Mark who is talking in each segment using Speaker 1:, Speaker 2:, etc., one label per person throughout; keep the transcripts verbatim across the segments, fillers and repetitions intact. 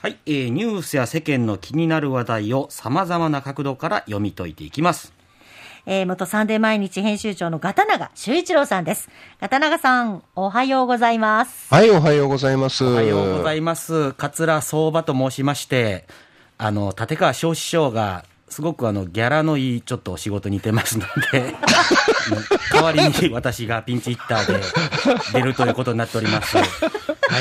Speaker 1: はい、えー、ニュースや世間の気になる話題をさまざまな角度から読み解いていきます。
Speaker 2: えー、元サンデー毎日編集長の片永修一郎さんです。片永さん、おはようございます。
Speaker 3: はい、おはようございます。
Speaker 1: おはようございます。桂相場と申しまして、あの立川翔師匠がすごくあのギャラのいいちょっとお仕事に似てますので代わりに私がピンチヒッターで出るということになっております。はい、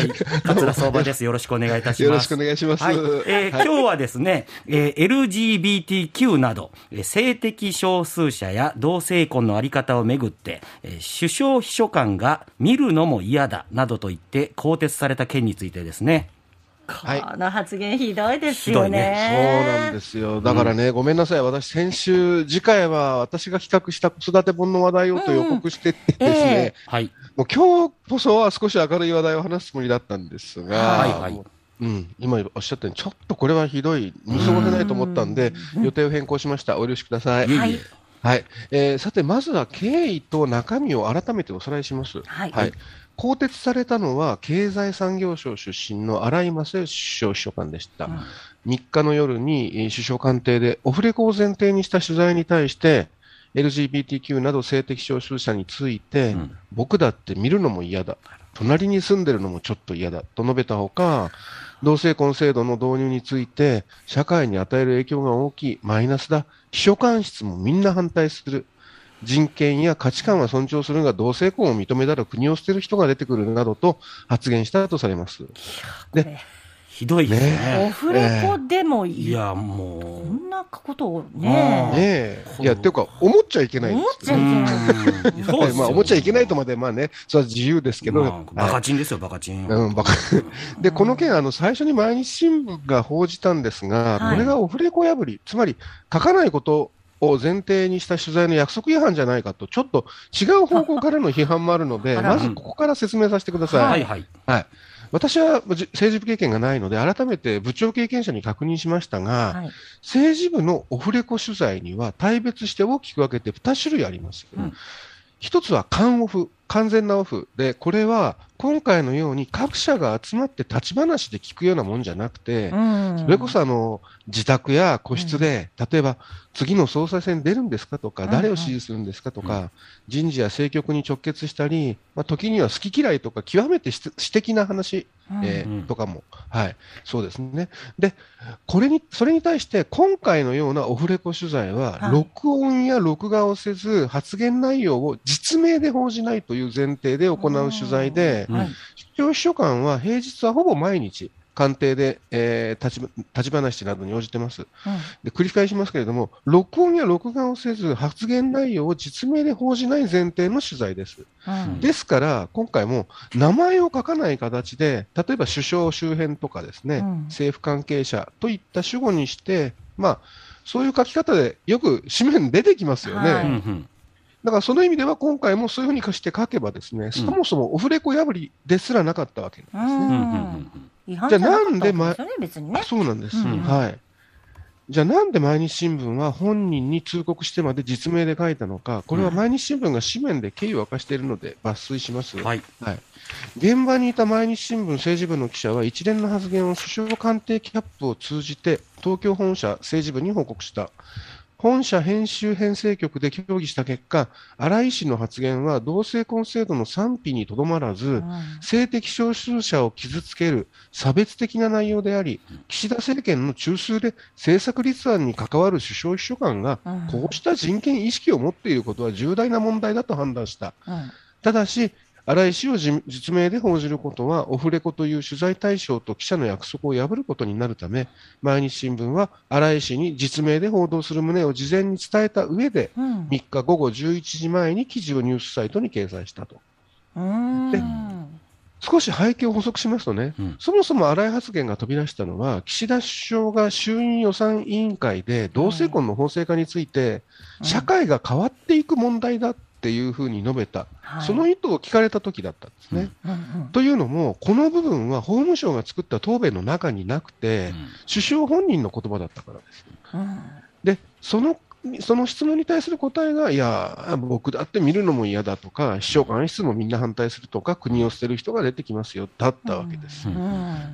Speaker 1: 桂相場です。よろしくお願いいたします。
Speaker 3: よろしくお願いします。
Speaker 1: はい、えーはい、今日はですね、えー、エルジービーティーキュー など性的少数者や同性婚のあり方をめぐって、えー、首相秘書官が見るのも嫌だなどと言って更迭された件についてですね。
Speaker 2: この発言ひどいですよ ね,
Speaker 3: ねそうなんですよ。だからね、うん、ごめんなさい。私先週次回は私が企画した子育て本の話題をと予告してってですね、うんえー、はいもう今日こそは少し明るい話題を話すつもりだったんですが、はいはいうん、今おっしゃったようにちょっとこれはひどい見過ごせないと思ったんで予定を変更しました。お許しください。はいはいえー、さてまずは経緯と中身を改めておさらいします。はい、はい更迭されたのは経済産業省出身の荒井正義首相秘書官でした、うん、みっかの夜に首相官邸でオフレコを前提にした取材に対して エルジービーティーキュー など性的少数者について、うん、僕だって見るのも嫌だ、隣に住んでるのもちょっと嫌だと述べたほか、同性婚制度の導入について社会に与える影響が大きい、マイナスだ、秘書官室もみんな反対する、人権や価値観は尊重するが同性婚を認めたら国を捨てる人が出てくるなどと発言したとされます。
Speaker 1: でひどいですね。
Speaker 2: ねオフレコでもいい、
Speaker 1: いやもう
Speaker 2: こんなことをね
Speaker 3: ねいやっていうか思っちゃいけないんですよ。思っちゃいけないそうですよ、まあ、思っちゃいけないとまでまあねそれは自由ですけど、ま
Speaker 1: あ、バカチンですよバカチン、
Speaker 3: うん、バカでこの件あの最初に毎日新聞が報じたんですが、はい、これがオフレコ破り、つまり書かないことを前提にした取材の約束違反じゃないかとちょっと違う方向からの批判もあるのでまずここから説明させてください。はいはいはい、私は政治部経験がないので改めて部長経験者に確認しましたが、はい、政治部のオフレコ取材には大別して大きく分けてに種類あります。うん、一つは完オフ、完全なオフで、これは今回のように各社が集まって立ち話で聞くようなもんじゃなくて、うん、それこそあの自宅や個室で、うん、例えば次の総裁選に出るんですかとか、うん、誰を支持するんですかとか、うん、人事や政局に直結したり、まあ、時には好き嫌いとか極めて私的な話、うんえー、とかも、はい、そうですね。で、これにそれに対して今回のようなオフレコ取材は、はい、録音や録画をせず発言内容を実名で報じないという前提で行う取材で、はい、首相秘書官は平日はほぼ毎日官邸で、えー、立ち立ち話などに応じてます、うん、で繰り返しますけれども録音や録画をせず発言内容を実名で報じない前提の取材です、うん、ですから今回も名前を書かない形で例えば首相周辺とかですね、うん、政府関係者といった主語にしてまあそういう書き方でよく紙面に出てきますよね、はい、だからその意味では今回もそういうふうにして書けばですね、うん、そもそもオフレコ破りですらなかったわけなんですね。うんうんうん
Speaker 2: 違反じゃなかったんですよね、別にね。
Speaker 3: そうなんです、
Speaker 2: うんうん、
Speaker 3: はい。じゃあなんで毎日新聞は本人に通告してまで実名で書いたのか、これは毎日新聞が紙面で経緯を明かしているので抜粋します、はいはい、現場にいた毎日新聞政治部の記者は一連の発言を首相官邸キャップを通じて東京本社政治部に報告した。本社編集編成局で協議した結果、荒井氏の発言は同性婚制度の賛否にとどまらず、うん、性的少数者を傷つける差別的な内容であり、岸田政権の中枢で政策立案に関わる首相秘書官が、こうした人権意識を持っていることは重大な問題だと判断した。うん、ただし、荒井氏を実名で報じることはオフレコという取材対象と記者の約束を破ることになるため、毎日新聞は荒井氏に実名で報道する旨を事前に伝えた上で、うん、みっかごごじゅういちじまえに記事をニュースサイトに掲載したと。うーんで少し背景を補足しますとね、うん、そもそも荒井発言が飛び出したのは岸田首相が衆院予算委員会で同性婚の法制化について、うん、社会が変わっていく問題だっていうふうに述べた、はい、その意図を聞かれた時だったんですね、うんうんうん、というのもこの部分は法務省が作った答弁の中になくて、うん、首相本人の言葉だったからです、うん、でそのその質問に対する答えがいや僕だって見るのも嫌だとか秘書官室もみんな反対するとか国を捨てる人が出てきますよだったわけです、うんうん、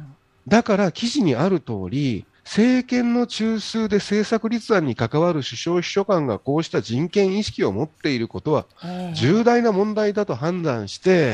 Speaker 3: だから記事にある通り、政権の中枢で政策立案に関わる首相秘書官がこうした人権意識を持っていることは重大な問題だと判断して、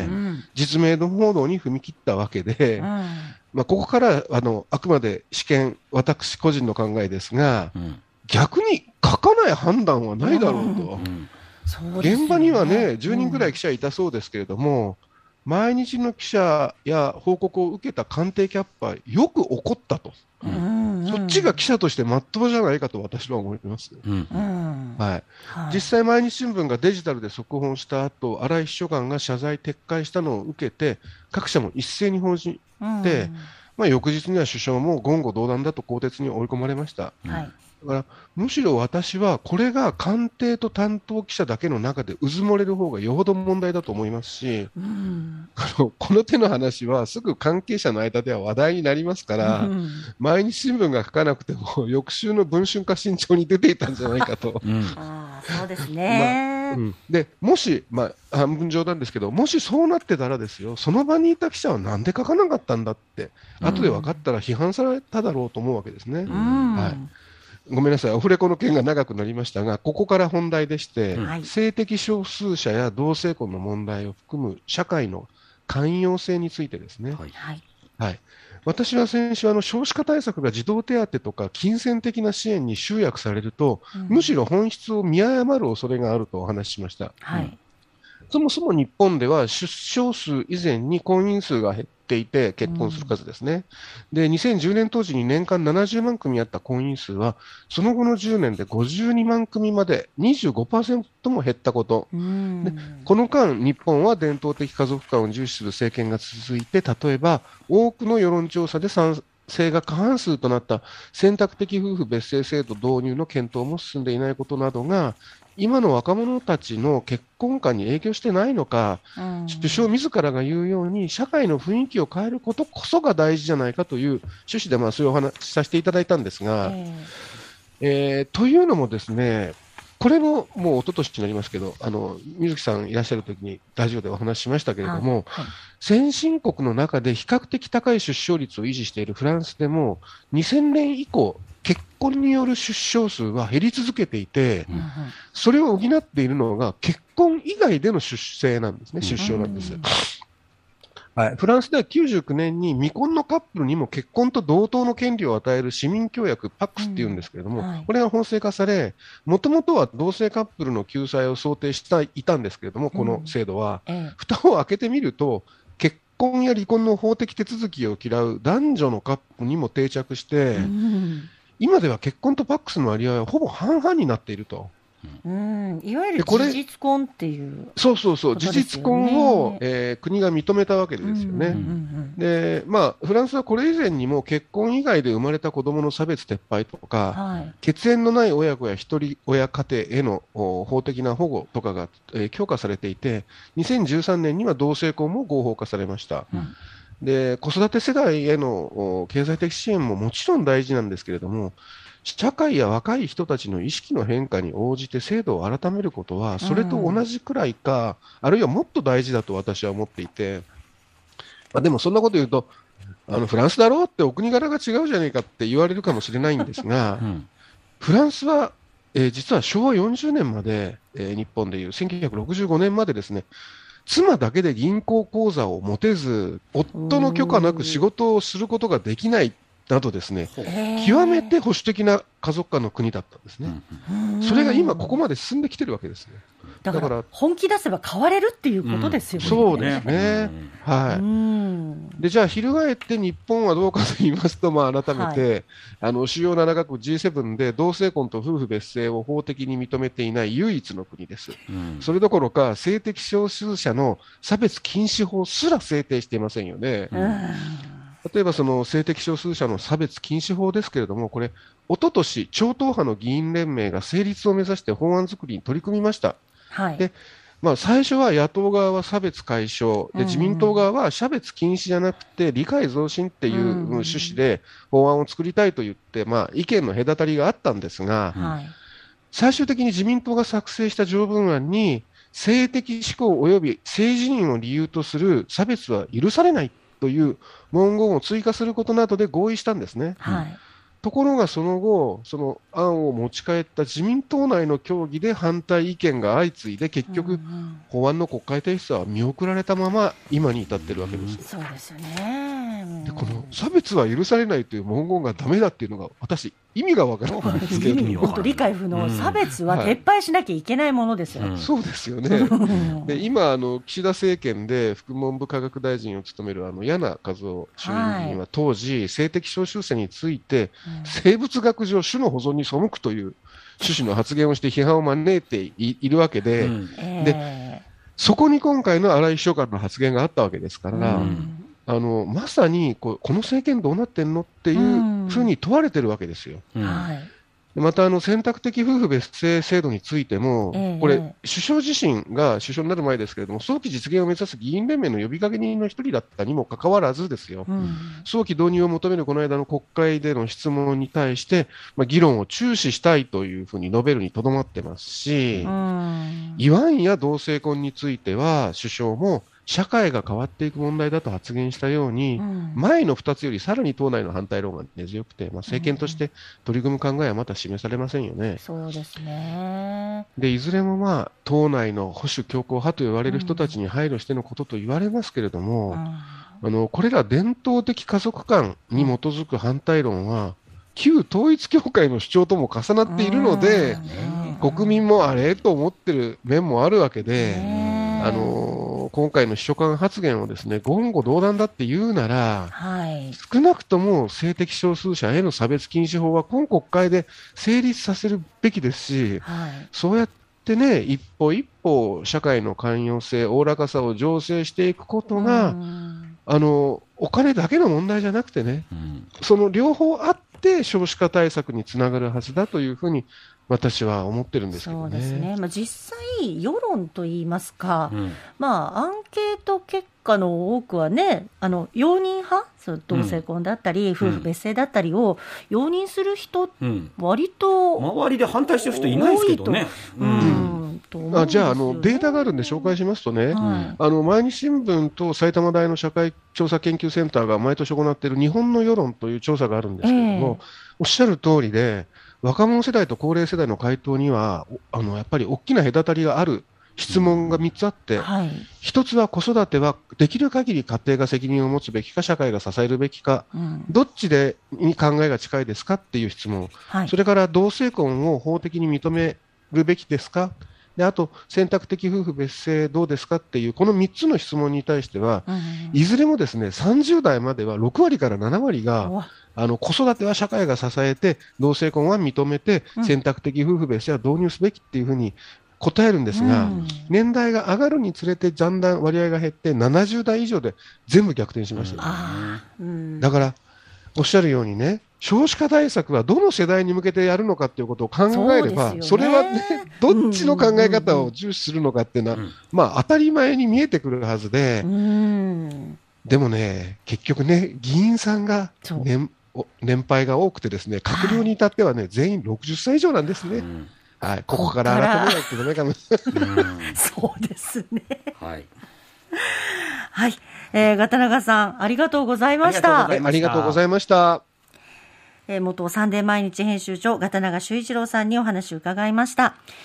Speaker 3: 実名の報道に踏み切ったわけで、うんまあ、ここからあのあくまで私見、私個人の考えですが、うん、逆に書かない判断はないだろうと、うんうん、現場にはね、じゅうにんぐらい記者いたそうですけれども、うん、毎日の記者や報告を受けた官邸キャップはよく怒ったと、うんうん、そっちが記者として真っ当じゃないかと私は思います、うんはいはい、実際、毎日新聞がデジタルで速報した後、荒井秘書官が謝罪撤回したのを受けて、各社も一斉に報じて、うんまあ、翌日には首相も言語道断だと更迭に追い込まれました。はいだからむしろ私はこれが官邸と担当記者だけの中でうずもれる方がよほど問題だと思いますし、うん、あのこの手の話はすぐ関係者の間では話題になりますから、うん、毎日新聞が書かなくても翌週の文春か新潮に出ていたんじゃないかと、うん、
Speaker 2: あそうですね、
Speaker 3: まあうん、でもし、まあ、半分冗談ですけど、もしそうなってたらですよ、その場にいた記者はなんで書かなかったんだって、うん、後で分かったら批判されただろうと思うわけですね。うんはいごめんなさい、オフレコの件が長くなりましたが、ここから本題でして、はい、性的少数者や同性婚の問題を含む社会の寛容性についてですね、はいはい、私は先週あの少子化対策が児童手当とか金銭的な支援に集約されると、うん、むしろ本質を見誤る恐れがあるとお話ししました、はい、そもそも日本では出生数以前に婚姻数が減っていて結婚する数ですね、うん、でにせんじゅうねん当時に年間ななじゅうまん組あった婚姻数はその後のじゅうねんでごじゅうにまん組まで にじゅうごパーセント も減ったこと、うん、でこの間日本は伝統的家族観を重視する政権が続いて、例えば多くの世論調査で賛成が過半数となった選択的夫婦別姓制度導入の検討も進んでいないことなどが今の若者たちの結婚観に影響してないのか、うん、首相自らが言うように社会の雰囲気を変えることこそが大事じゃないかという趣旨でまあそういうお話させていただいたんですが、えーえー、というのもですね、これももう一昨年になりますけど、あの水木さんいらっしゃるときにラジオでお話ししましたけれども、はいはい、先進国の中で比較的高い出生率を維持しているフランスでもにせんねん以降結婚による出生数は減り続けていて、うんうん、それを補っているのが結婚以外での出生なんですね、出生なんです、うんはい、フランスではきゅうじゅうきゅうねんに未婚のカップルにも結婚と同等の権利を与える市民協約パックスっていうんですけれども、うんはい、これが法制化され、もともとは同性カップルの救済を想定していたんですけれども、この制度は、うんええ、蓋を開けてみると結婚や離婚の法的手続きを嫌う男女のカップルにも定着して、うん今では結婚とパックスの割合はほぼ半々になっていると。
Speaker 2: うん、いわゆる事実婚っていう、ね、
Speaker 3: そうそうそう、事実婚を、えー、国が認めたわけですよね、うんうんうん、でまあ、フランスはこれ以前にも結婚以外で生まれた子どもの差別撤廃とか、はい、血縁のない親子や一人親家庭への法的な保護とかが、えー、強化されていて、にせんじゅうさんねんには同性婚も合法化されました、うんで子育て世代への経済的支援ももちろん大事なんですけれども、社会や若い人たちの意識の変化に応じて制度を改めることはそれと同じくらいか、うん、あるいはもっと大事だと私は思っていて、まあ、でもそんなこと言うとあのフランスだろうってお国柄が違うじゃないかって言われるかもしれないんですが、うん、フランスは、えー、実はしょうわよんじゅうねんまで、えー、日本でいうせんきゅうひゃくろくじゅうごねんまでですね、妻だけで銀行口座を持てず、夫の許可なく仕事をすることができないなどですね、極めて保守的な家族間の国だったんですね。それが今ここまで進んできてるわけですね。
Speaker 2: だから、だから本気出せば変われるっていうことですよね。
Speaker 3: うん、そうですね。はい。で、じゃあ翻って日本はどうかと言いますと、まあ改めて、はい、あの主要ななカ国 ジーセブン で同性婚と夫婦別姓を法的に認めていない唯一の国です。うん、それどころか性的少数者の差別禁止法すら制定していませんよね。うん例えばその性的少数者の差別禁止法ですけれども、これ、おととし、超党派の議員連盟が成立を目指して法案作りに取り組みました。はいでまあ、最初は野党側は差別解消で、自民党側は差別禁止じゃなくて理解増進っていう趣旨で法案を作りたいと言って、まあ、意見の隔たりがあったんですが、はい、最終的に自民党が作成した条文案に、性的指向及び性自認を理由とする差別は許されないという文言を追加することなどで合意したんですね。
Speaker 2: はい
Speaker 3: ところがその後、その案を持ち帰った自民党内の協議で反対意見が相次いで、結局、法案の国会提出は見送られたまま、今に至っているわけです。
Speaker 2: そうですよね。
Speaker 3: でこの差別は許されないという文言がダメだっていうのが、私、意味がわからないんですけれども、
Speaker 2: 本当理解不能、差別は撤廃しなきゃいけないものですよ。
Speaker 3: うんはい、そうですよね。で今あの、岸田政権で副文部科学大臣を務めるあの柳和夫衆院議員は当時、性的少数者について、生物学上、種の保存に背くという趣旨の発言をして批判を招いて い, いるわけで、うんで、そこに今回の荒井秘書官の発言があったわけですから、うんあのまさにこうこの政権どうなってんのっていうふうに問われてるわけですよ。うんはいまたあの選択的夫婦別姓制度についても、ええ、これ、首相自身が首相になる前ですけれども、早期実現を目指す議員連盟の呼びかけ人の一人だったにもかかわらずですよ、うん、早期導入を求めるこの間の国会での質問に対して、まあ、議論を注視したいというふうに述べるにとどまってますし、うん、いわんや同性婚については、首相も、社会が変わっていく問題だと発言したように、うん、前のふたつよりさらに党内の反対論が根強くて、まあ、政権として取り組む考えはまた示されませんよね。
Speaker 2: うん、そうですね。
Speaker 3: でいずれも、まあ、党内の保守強硬派と言われる人たちに配慮してのことと言われますけれども、うん、あのこれら伝統的家族観に基づく反対論は、旧統一教会の主張とも重なっているので、国民もあれと思ってる面もあるわけで、あの今回の秘書官発言をですね言語道断だって言うなら、はい、少なくとも性的少数者への差別禁止法は今国会で成立させるべきですし、はい、そうやってね一歩一歩社会の寛容性おおらかさを醸成していくことがあのお金だけの問題じゃなくてね、うん、その両方あって少子化対策につながるはずだというふうに私は思ってるんですけどね。
Speaker 2: そうですね、まあ、実際世論といいますか、うんまあ、アンケート結果の多くはねあの容認派その同性婚だったり、うん、夫婦別姓だったりを容認する人、うん、割と
Speaker 4: 周りで反対してる人いないですけどね。
Speaker 3: あじゃあ、あのデータがあるんで紹介しますとね、はい、あの毎日新聞と埼玉大の社会調査研究センターが毎年行っている日本の世論という調査があるんですけれども、えー、おっしゃる通りで若者世代と高齢世代の回答にはあのやっぱり大きな隔たりがある質問がみっつあって、うんはい、ひとつは子育てはできる限り家庭が責任を持つべきか社会が支えるべきか、うん、どっちでに考えが近いですかっていう質問、はい、それから同性婚を法的に認めるべきですかであと選択的夫婦別姓どうですかっていうこのみっつの質問に対しては、うん、いずれもですねさんじゅう代まではろく割からなな割があの子育ては社会が支えて同性婚は認めて、うん、選択的夫婦別姓は導入すべきっていうふうに答えるんですが、うん、年代が上がるにつれてだんだん割合が減ってななじゅう代以上で全部逆転しました、うん、だからおっしゃるようにね少子化対策はどの世代に向けてやるのかということを考えれば そ,、ね、それは、ね、どっちの考え方を重視するのかっていうのは、うん、まあ、当たり前に見えてくるはずで、うん、でもね結局ね議員さんが年、年配が多くてですね閣僚に至ってはね、はい、全員ろくじゅっさい以上なんですね、うんはい、ここから改めないとダメかもしれない。
Speaker 2: そうですね。
Speaker 4: はい。
Speaker 2: はい、えー、片永さんありがとうございました。
Speaker 3: ありがとうございました。
Speaker 2: えー、元サンデー毎日編集長片永修一郎さんにお話を伺いました。